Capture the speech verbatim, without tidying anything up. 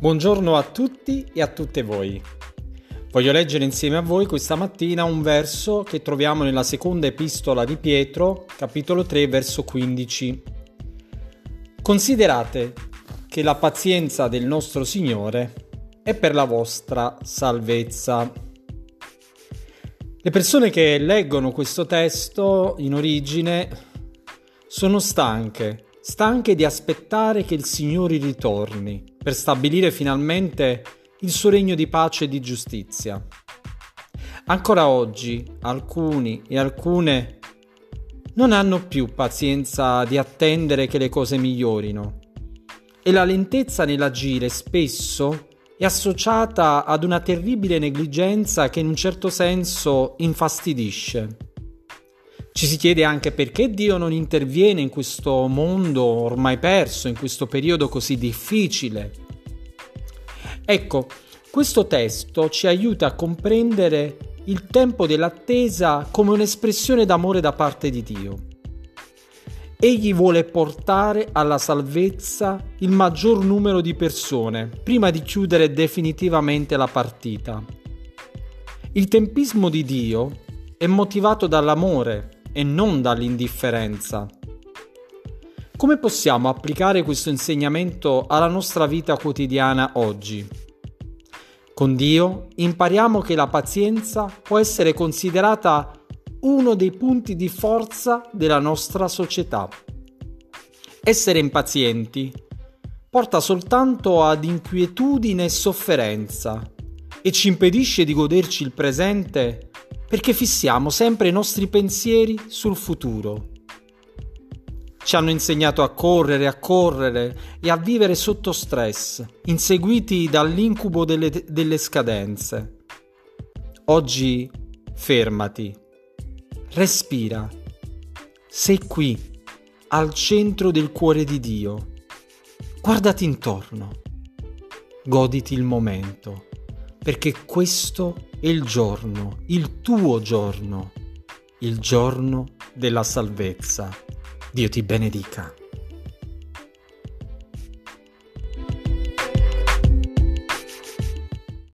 Buongiorno a tutti e a tutte voi. Voglio leggere insieme a voi questa mattina un verso che troviamo nella seconda epistola di Pietro, capitolo tre, verso quindici. Considerate che la pazienza del nostro Signore è per la vostra salvezza. Le persone che leggono questo testo in origine sono stanche, stanche di aspettare che il Signore ritorni per stabilire finalmente il suo regno di pace e di giustizia. Ancora oggi alcuni e alcune non hanno più pazienza di attendere che le cose migliorino e la lentezza nell'agire spesso è associata ad una terribile negligenza che in un certo senso infastidisce. Ci si chiede anche perché Dio non interviene in questo mondo ormai perso, in questo periodo così difficile. Ecco, questo testo ci aiuta a comprendere il tempo dell'attesa come un'espressione d'amore da parte di Dio. Egli vuole portare alla salvezza il maggior numero di persone prima di chiudere definitivamente la partita. Il tempismo di Dio è motivato dall'amore e non dall'indifferenza. Come possiamo applicare questo insegnamento alla nostra vita quotidiana oggi? Con Dio impariamo che la pazienza può essere considerata uno dei punti di forza della nostra società. Essere impazienti porta soltanto ad inquietudine e sofferenza e ci impedisce di goderci il presente perché fissiamo sempre i nostri pensieri sul futuro. Ci hanno insegnato a correre, a correre e a vivere sotto stress, inseguiti dall'incubo delle, delle scadenze. Oggi fermati, respira, sei qui, al centro del cuore di Dio. Guardati intorno, goditi il momento, perché questo è il giorno, il tuo giorno, il giorno della salvezza. Dio ti benedica.